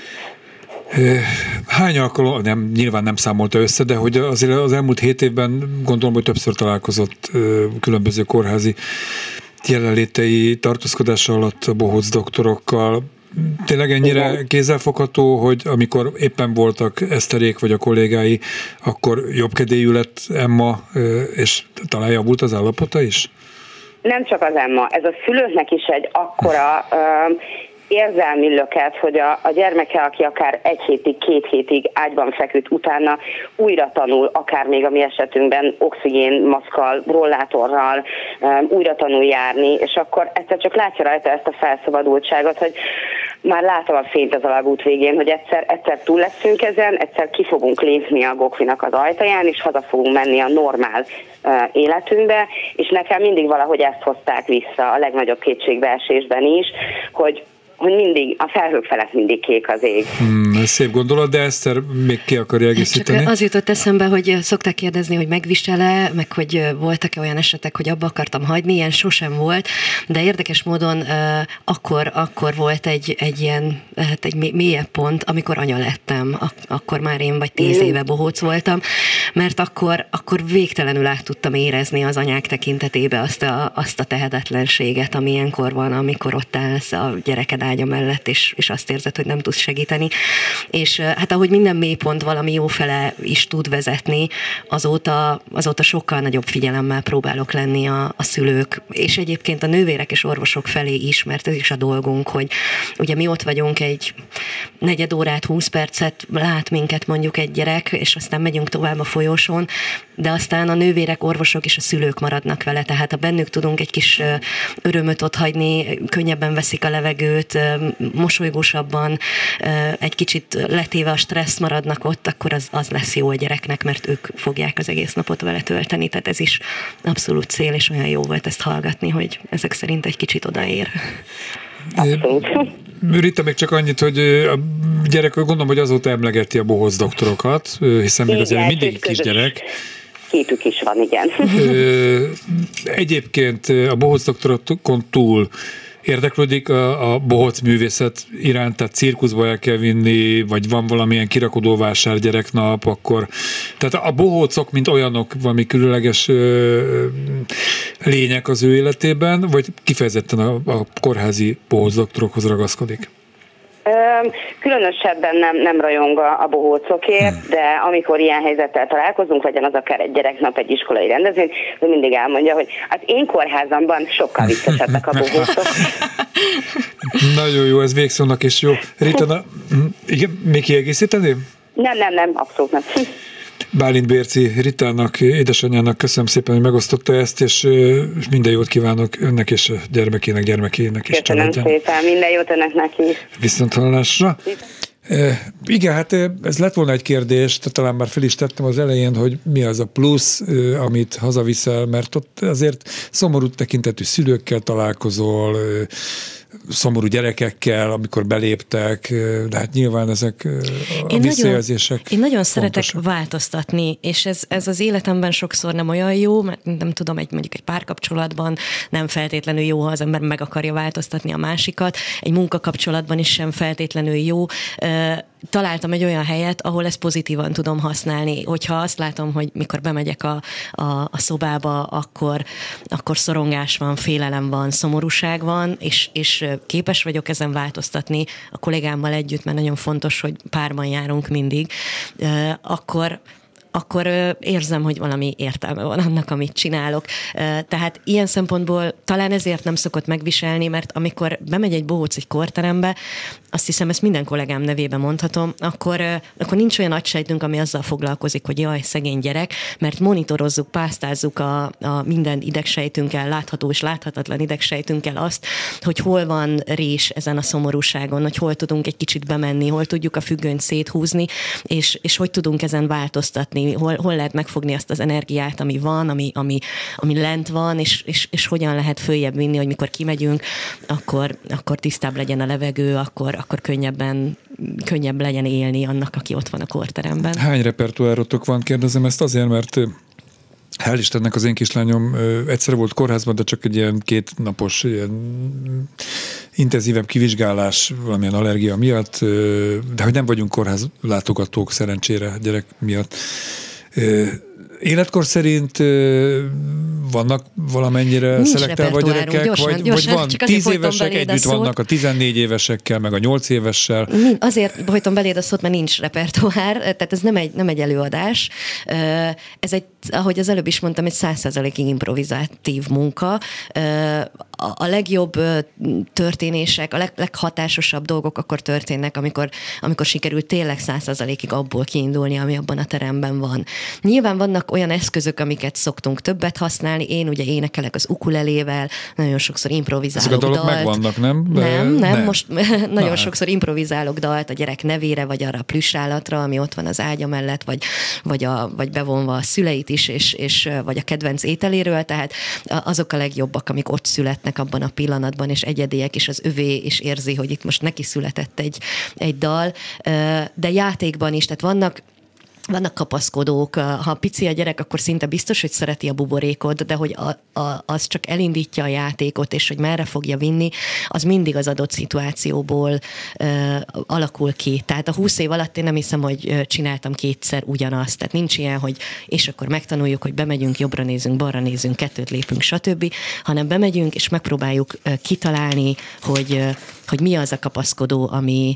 Hány alkalom, nyilván nem számolta össze, de hogy azért az elmúlt 7 évben gondolom, hogy többször találkozott különböző kórházi jelenlétei tartózkodása alatt a bohóc doktorokkal. Tényleg ennyire kézzelfogható, hogy amikor éppen voltak Eszterék vagy a kollégái, akkor jobbkedélyű lett Emma, és talán javult az állapota is? Nem csak az Emma, ez a szülőknek is egy akkora érzelmi löket, hogy a gyermeke, aki akár 1 hétig, 2 hétig ágyban feküdt, utána újra tanul, akár még a mi esetünkben oxigénmaszkkal, rollátorral, újra tanul járni, és akkor egyszer csak látja rajta ezt a felszabadultságot, hogy már látom a fényt az alagút végén, hogy egyszer túl leszünk ezen, egyszer ki fogunk lépni a Gokvinak az ajtaján, és haza fogunk menni a normál életünkbe, és nekem mindig valahogy ezt hozták vissza a legnagyobb kétségbeesésben is, hogy mindig, a felhők felett mindig kék az ég. Ez szép gondolat, de Eszter még ki akarja egészíteni? Csak az jutott eszembe, hogy szokták kérdezni, hogy megvisel-e, meg hogy voltak-e olyan esetek, hogy abba akartam hagyni, ilyen sosem volt, de érdekes módon akkor volt egy ilyen, hát egy mélyebb pont, amikor anya lettem, akkor már én vagy 10 éve bohóc voltam, mert akkor végtelenül át tudtam érezni az anyák tekintetébe azt a tehetetlenséget, ami ilyenkor van, amikor ott állsz a gyereked ágya mellett, és azt érzed, hogy nem tudsz segíteni. És hát ahogy minden mélypont valami jófele is tud vezetni, azóta sokkal nagyobb figyelemmel próbálok lenni a szülők, és egyébként a nővérek és orvosok felé is, mert ez is a dolgunk, hogy ugye mi ott vagyunk egy 4 órát, 20 percet lát minket mondjuk egy gyerek, és aztán megyünk tovább a folyosón, de aztán a nővérek, orvosok és a szülők maradnak vele, tehát ha bennük tudunk egy kis örömöt ott hagyni, könnyebben veszik a levegőt, mosolygósabban, egy kicsit letéve a stressz maradnak ott, akkor az lesz jó a gyereknek, mert ők fogják az egész napot vele tölteni, tehát ez is abszolút cél, és olyan jó volt ezt hallgatni, hogy ezek szerint egy kicsit odaér. Abszolút. Rita, még csak annyit, hogy a gyerek, gondolom, hogy azóta emlegeti a bohóc doktorokat, hiszen még azért mindig kisgyerek. Képük is van, igen. Egyébként a bohóc doktorokon túl érdeklődik a bohóc művészet iránt, tehát cirkuszba el kell vinni, vagy van valamilyen kirakodóvásár gyereknap, akkor... Tehát a bohócok, mint olyanok, valami különleges lények az ő életében, vagy kifejezetten a kórházi bohóc doktorokhoz ragaszkodik? Különösebben nem rajong a bohócokért, de amikor ilyen helyzettel találkozunk, legyen az akár egy gyereknap, egy iskolai rendezvény, ő mindig elmondja, hogy az én kórházamban sokkal viccesebbek a bohócok. Nagyon jó, ez végszónak is jó. Rita, igen, még kiegészíteném? Nem, abszolút nem. Bálint Bérci Ritának, édesanyjának köszönöm szépen, hogy megosztotta ezt, és minden jót kívánok önnek és a gyermekének is. Köszönöm szépen, minden jót önöknek is. Viszonthallásra. Igen, hát ez lett volna egy kérdés, talán már fel is tettem az elején, hogy mi az a plusz, amit hazaviszel, mert ott azért szomorú tekintetű szülőkkel találkozol, szomorú gyerekekkel, amikor beléptek, de hát nyilván ezek a visszajelzések Én nagyon fontosak. szeretek változtatni, és ez az életemben sokszor nem olyan jó, mert nem tudom, mondjuk egy párkapcsolatban nem feltétlenül jó, ha az ember meg akarja változtatni a másikat, egy munkakapcsolatban is sem feltétlenül jó. találtam egy olyan helyet, ahol ezt pozitívan tudom használni. Hogyha azt látom, hogy mikor bemegyek a szobába, akkor szorongás van, félelem van, szomorúság van, és képes vagyok ezen változtatni a kollégámmal együtt, mert nagyon fontos, hogy párban járunk mindig, akkor érzem, hogy valami értelme van annak, amit csinálok. Tehát ilyen szempontból talán ezért nem szokott megviselni, mert amikor bemegy egy bohóc egy korterembe, azt hiszem, ezt minden kollégám nevében mondhatom, akkor nincs olyan agysejtünk, ami azzal foglalkozik, hogy jaj, szegény gyerek, mert monitorozzuk, pásztázzuk a minden idegsejtünkkel, látható és láthatatlan idegsejtünkkel azt, hogy hol van rés ezen a szomorúságon, hogy hol tudunk egy kicsit bemenni, hol tudjuk a függönyt széthúzni, és hogy tudunk ezen változtatni, hol lehet megfogni azt az energiát, ami van, ami lent van, és hogyan lehet följebb vinni, hogy mikor kimegyünk, akkor tisztább legyen a levegő, akkor könnyebb legyen élni annak, aki ott van a korteremben. Hány repertoárotok van? Kérdezem ezt azért, mert hál' Istennek az én kislányom egyszer volt kórházban, de csak egy ilyen 2 napos ilyen intenzívebb kivizsgálás valamilyen allergia miatt, de hogy nem vagyunk kórház látogatók szerencsére gyerek miatt. Életkor szerint vannak valamennyire szelektálva gyerekek, gyorsan, vagy van 10 évesek együtt vannak a 14 évesekkel, meg a 8 évessel? Azért folyton beléd a szót, mert nincs repertoár, tehát ez nem egy előadás. Ez egy, ahogy az előbb is mondtam, egy 100%-ig improvizatív munka. A legjobb történések, a leghatásosabb dolgok akkor történnek, amikor sikerül tényleg 100%-ig abból kiindulni, ami abban a teremben van. Nyilván vannak olyan eszközök, amiket szoktunk többet használni. Én ugye énekelek az ukulelével, nagyon sokszor improvizálok dalt. Ezek a dolgok megvannak, nem? Nem. Most nagyon sokszor improvizálok dalt a gyerek nevére, vagy arra a plüssállatra, ami ott van az ágya mellett, vagy bevonva a szüleit is, és vagy a kedvenc ételéről, tehát azok a legjobbak, amik ott születnek abban a pillanatban, és egyediek, és az övé, és érzi, hogy itt most neki született egy dal. De játékban is, tehát vannak kapaszkodók, ha pici a gyerek, akkor szinte biztos, hogy szereti a buborékot, de hogy az csak elindítja a játékot, és hogy merre fogja vinni, az mindig az adott szituációból alakul ki. Tehát a 20 év alatt én nem hiszem, hogy csináltam 2-szer ugyanazt. Tehát nincs ilyen, hogy és akkor megtanuljuk, hogy bemegyünk, jobbra nézünk, balra nézünk, 2 lépünk, stb., hanem bemegyünk, és megpróbáljuk kitalálni, hogy mi az a kapaszkodó,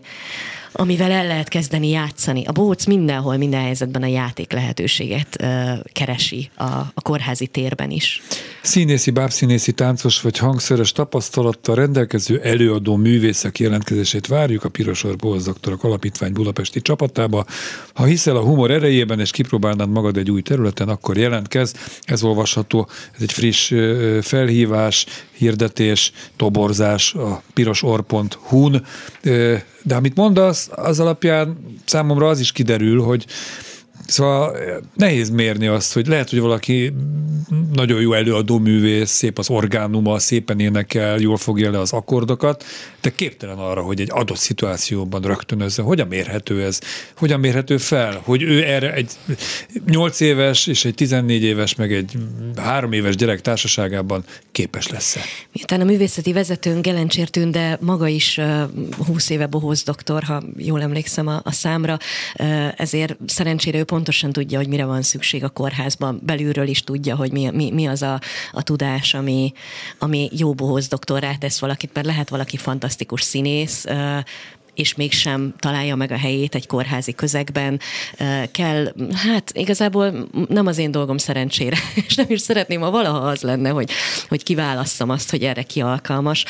amivel el lehet kezdeni játszani. A bohóc mindenhol, minden helyzetben a játék lehetőséget keresi a kórházi térben is. Színészi, bábszínészi, táncos vagy hangszeres tapasztalattal rendelkező előadó művészek jelentkezését várjuk a Piros Orr Bohóc Doktorok Alapítvány budapesti csapatába. Ha hiszel a humor erejében, és kipróbálnád magad egy új területen, akkor jelentkezz. Ez olvasható, ez egy friss felhívás, hirdetés, toborzás a pirosorr.hu-n. De amit mondasz, az alapján számomra az is kiderül, hogy szóval nehéz mérni azt, hogy lehet, hogy valaki nagyon jó előadó művész, szép az orgánuma, szépen énekel, jól fogja le az akkordokat, de képtelen arra, hogy egy adott szituációban rögtönözze. Hogyan mérhető ez? Hogyan mérhető fel? Hogy ő erre egy 8 éves és egy 14 éves, meg egy 3 éves gyerek társaságában képes lesz-e? Miután a művészeti vezetőnk Gelencsér Tünde maga is 20 éve bohóc doktor, ha jól emlékszem a számra, ezért szerencsére ő pontosan tudja, hogy mire van szükség a kórházban. Belülről is tudja, hogy mi az a tudás, ami jó bohóc doktorrá tesz valakit, mert lehet valaki fantasztikus színész, és mégsem találja meg a helyét egy kórházi közegben. Kell, hát igazából nem az én dolgom szerencsére, és nem is szeretném, ha valaha az lenne, hogy kiválasszam azt, hogy erre ki alkalmas,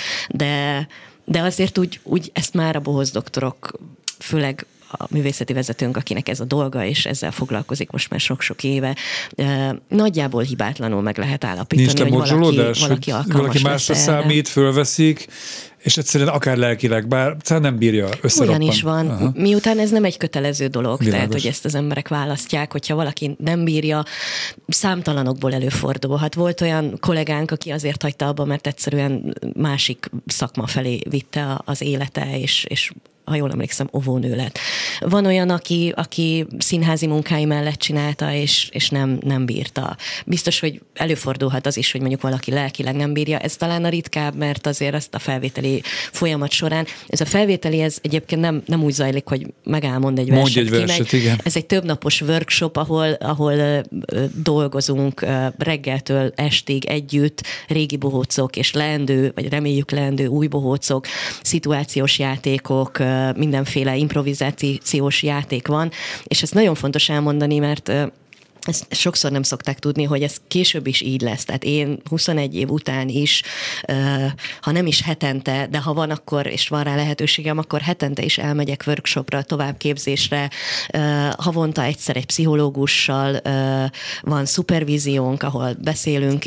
de azért úgy ezt már a bohóc doktorok, főleg a művészeti vezetőnk, akinek ez a dolga, és ezzel foglalkozik most már sok-sok éve, nagyjából hibátlanul meg lehet állapítani, hogy valaki alkalmas. Valaki másra számít, fölveszik, és egyszerűen akár lelkileg, bár nem bírja összeroppan. Olyan is van. Aha. Miután ez nem egy kötelező dolog, világos. Tehát, hogy ezt az emberek választják, hogyha valaki nem bírja, számtalanokból előfordulhat. Volt olyan kollégánk, aki azért hagyta abba, mert egyszerűen másik szakma felé vitte az élete, és ha jól emlékszem, óvónő lett. Van olyan, aki színházi munkái mellett csinálta, és nem bírta. Biztos, hogy előfordulhat az is, hogy mondjuk valaki lelkileg nem bírja. Ez talán a ritkább, mert azért ezt a felvételi folyamat során, ez a felvételi, ez egyébként nem úgy zajlik, hogy megállmond egy verset. Mondj egy verset, igen. Ez egy többnapos workshop, ahol dolgozunk reggeltől estig együtt, régi bohócok és leendő, vagy reméljük leendő új bohócok, szituációs játékok, mindenféle improvizációs játék van, és ezt nagyon fontos elmondani, mert ezt sokszor nem szokták tudni, hogy ez később is így lesz. Tehát én 21 év után is, ha nem is hetente, de ha van akkor, és van rá lehetőségem, akkor hetente is elmegyek workshopra, továbbképzésre, havonta egyszer egy pszichológussal, van szupervíziónk, ahol beszélünk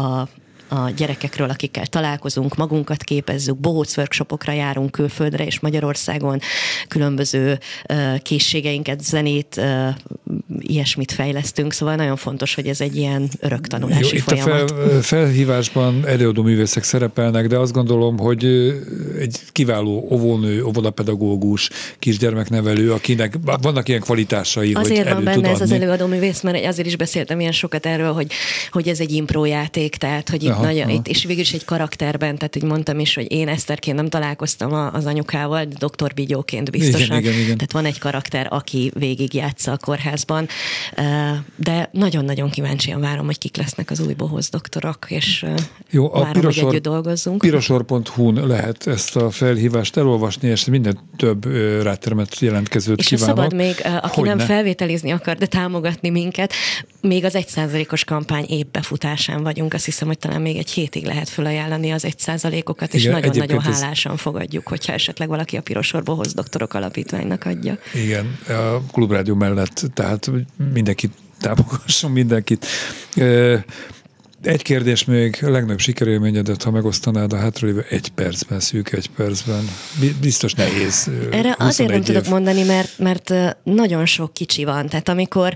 a gyerekekről, akikkel találkozunk, magunkat képezzük, bohóc workshopokra járunk külföldre és Magyarországon, különböző készségeinket, zenét, ilyesmit fejlesztünk, szóval nagyon fontos, hogy ez egy ilyen örök tanulási folyamat. Itt a felhívásban előadó művészek szerepelnek, de azt gondolom, hogy egy kiváló óvónő, óvodapedagógus, kisgyermeknevelő, akinek vannak ilyen kvalitásai, azért hogy van benne ez az előadó művész, mert azért is beszéltem ilyen sokat erről, hogy ez egy imprójáték, tehát hogy itt, és végül is egy karakterben, tehát hogy mondtam is, hogy én Eszterként nem találkoztam az anyukával, de Dr. Bigyóként biztosan. Igen. Tehát van egy karakter, aki végigjátsza a kórházban, de nagyon-nagyon kíváncsian várom, hogy kik lesznek az új bohóc doktorok, és jó, várom, hogy együtt dolgozzunk. Pirosor.hu-n lehet ezt a felhívást elolvasni, és minden több rátermett jelentkezőt és kívánok. És szabad még, aki nem felvételizni akar, de támogatni minket, még az 1%-os kampány épp befutásán vagyunk, azt hiszem, hogy talán még egy hétig lehet felajánlani az 1%-okat, és nagyon-nagyon hálásan fogadjuk, hogyha esetleg valaki a Pirosor Bohóc Doktorok Alapítványnak adja. Igen, a Klubrádió mellett, tehát mindenkit támogasson, mindenkit. Egy kérdés még, a legnagyobb sikerélményedet, ha megosztanád a hátralévő 1 percben, szűk 1 percben. Biztos nehéz. Erre azért nem tudok mondani, mert nagyon sok kicsi van. Tehát amikor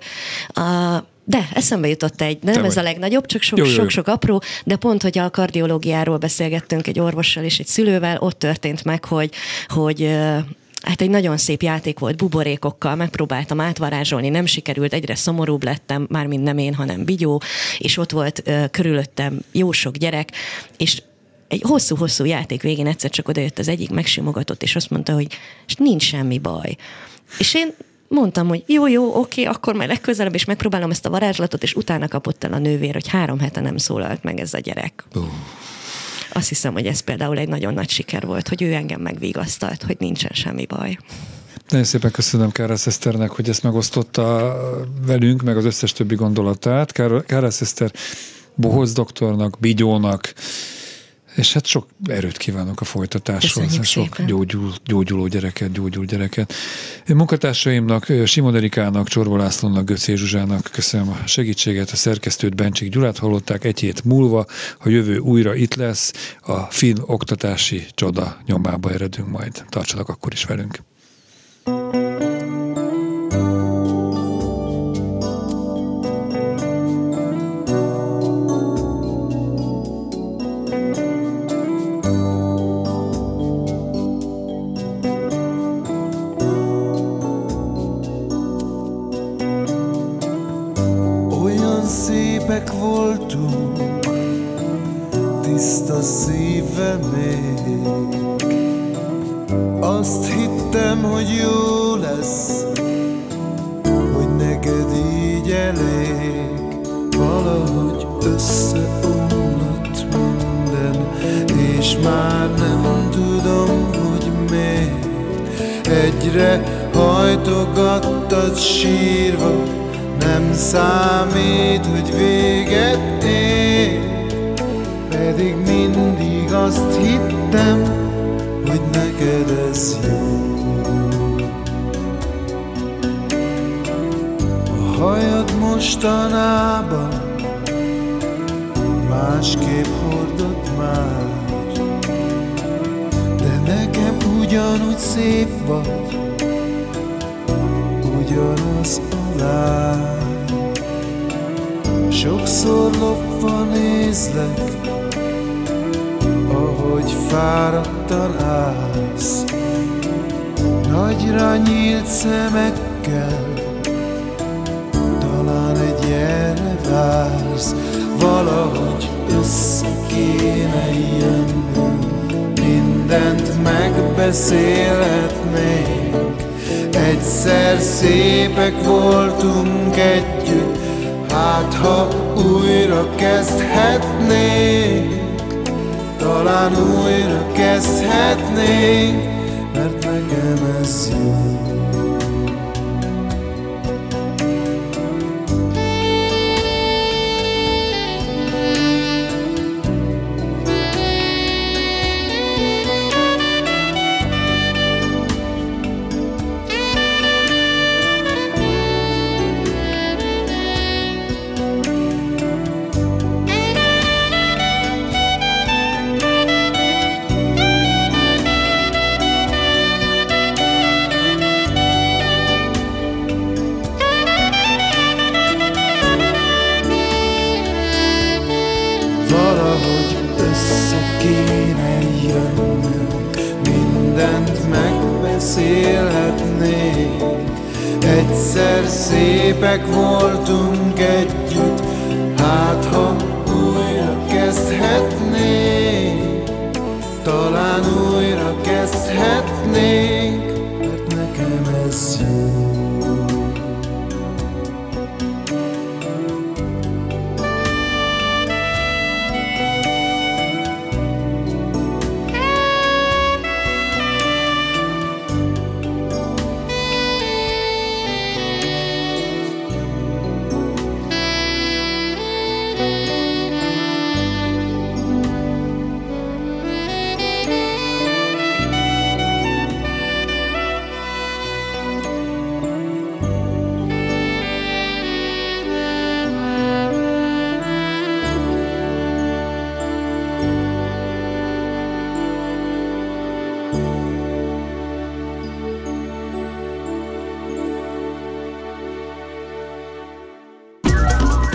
de eszembe jutott egy, de nem ez a legnagyobb, csak sok apró, de pont, hogy a kardiológiáról beszélgettünk egy orvossal és egy szülővel, ott történt meg, hogy hát egy nagyon szép játék volt, buborékokkal, megpróbáltam átvarázsolni, nem sikerült, egyre szomorúbb lettem, mármint nem én, hanem Bigyó, és ott volt körülöttem jó sok gyerek, és egy hosszú-hosszú játék végén egyszer csak odajött az egyik, megsimogatott, és azt mondta, hogy nincs semmi baj. És én mondtam, hogy jó, oké, akkor majd legközelebb, és megpróbálom ezt a varázslatot, és utána kapott el a nővér, hogy 3 hete nem szólalt meg ez a gyerek. Azt hiszem, hogy ez például egy nagyon nagy siker volt, hogy ő engem megvigasztalt, hogy nincsen semmi baj. Nagyon szépen köszönöm Kárász Eszternek, hogy ezt megosztotta velünk, meg az összes többi gondolatát. Kárász Eszter bohóc doktornak, Bigyónak, és hát sok erőt kívánok a folytatáshoz. Sok gyógyuló gyereket. Munkatársaimnak, Simon Erikának, Csorba Lászlónak, Göcé Zsuzsának köszönöm a segítséget, a szerkesztőt, Bencsik Gyulát hallották. 1 hét múlva a jövő újra itt lesz, a finn oktatási csoda nyomába eredünk majd. Tartsanak akkor is velünk. Voltunk, tiszta szívem még. Azt hittem, hogy jó lesz, hogy neked így elég. Valahogy összeomlott minden, és már nem tudom, hogy miért. Egyre hajtogattad sírva, nem számít, hogy véget ér, pedig mindig azt hittem, hogy neked ez jó. A hajad mostanában másképp hordott már, de nekem ugyanúgy szép vagy, ugyanaz a lány. Sokszor lopva nézlek, ahogy fáradtan állsz, nagyra nyílt szemekkel, talán egy ilyenre vársz, valahogy össze kéne jönnünk, mindent megbeszélhetnénk. Egyszer szépek voltunk együtt, hát ha újra kezdhetnénk, talán újra kezdhetnénk, mert nekem ez jó. Valahogy össze kéne jönnünk, mindent megbeszélhetnénk. Egyszer szépek voltunk együtt, hát ha újra kezdhetnénk, talán újra kezdhetnénk, mert nekem ez jó.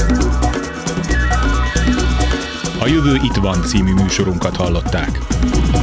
A Jövő itt van című műsorunkat hallották.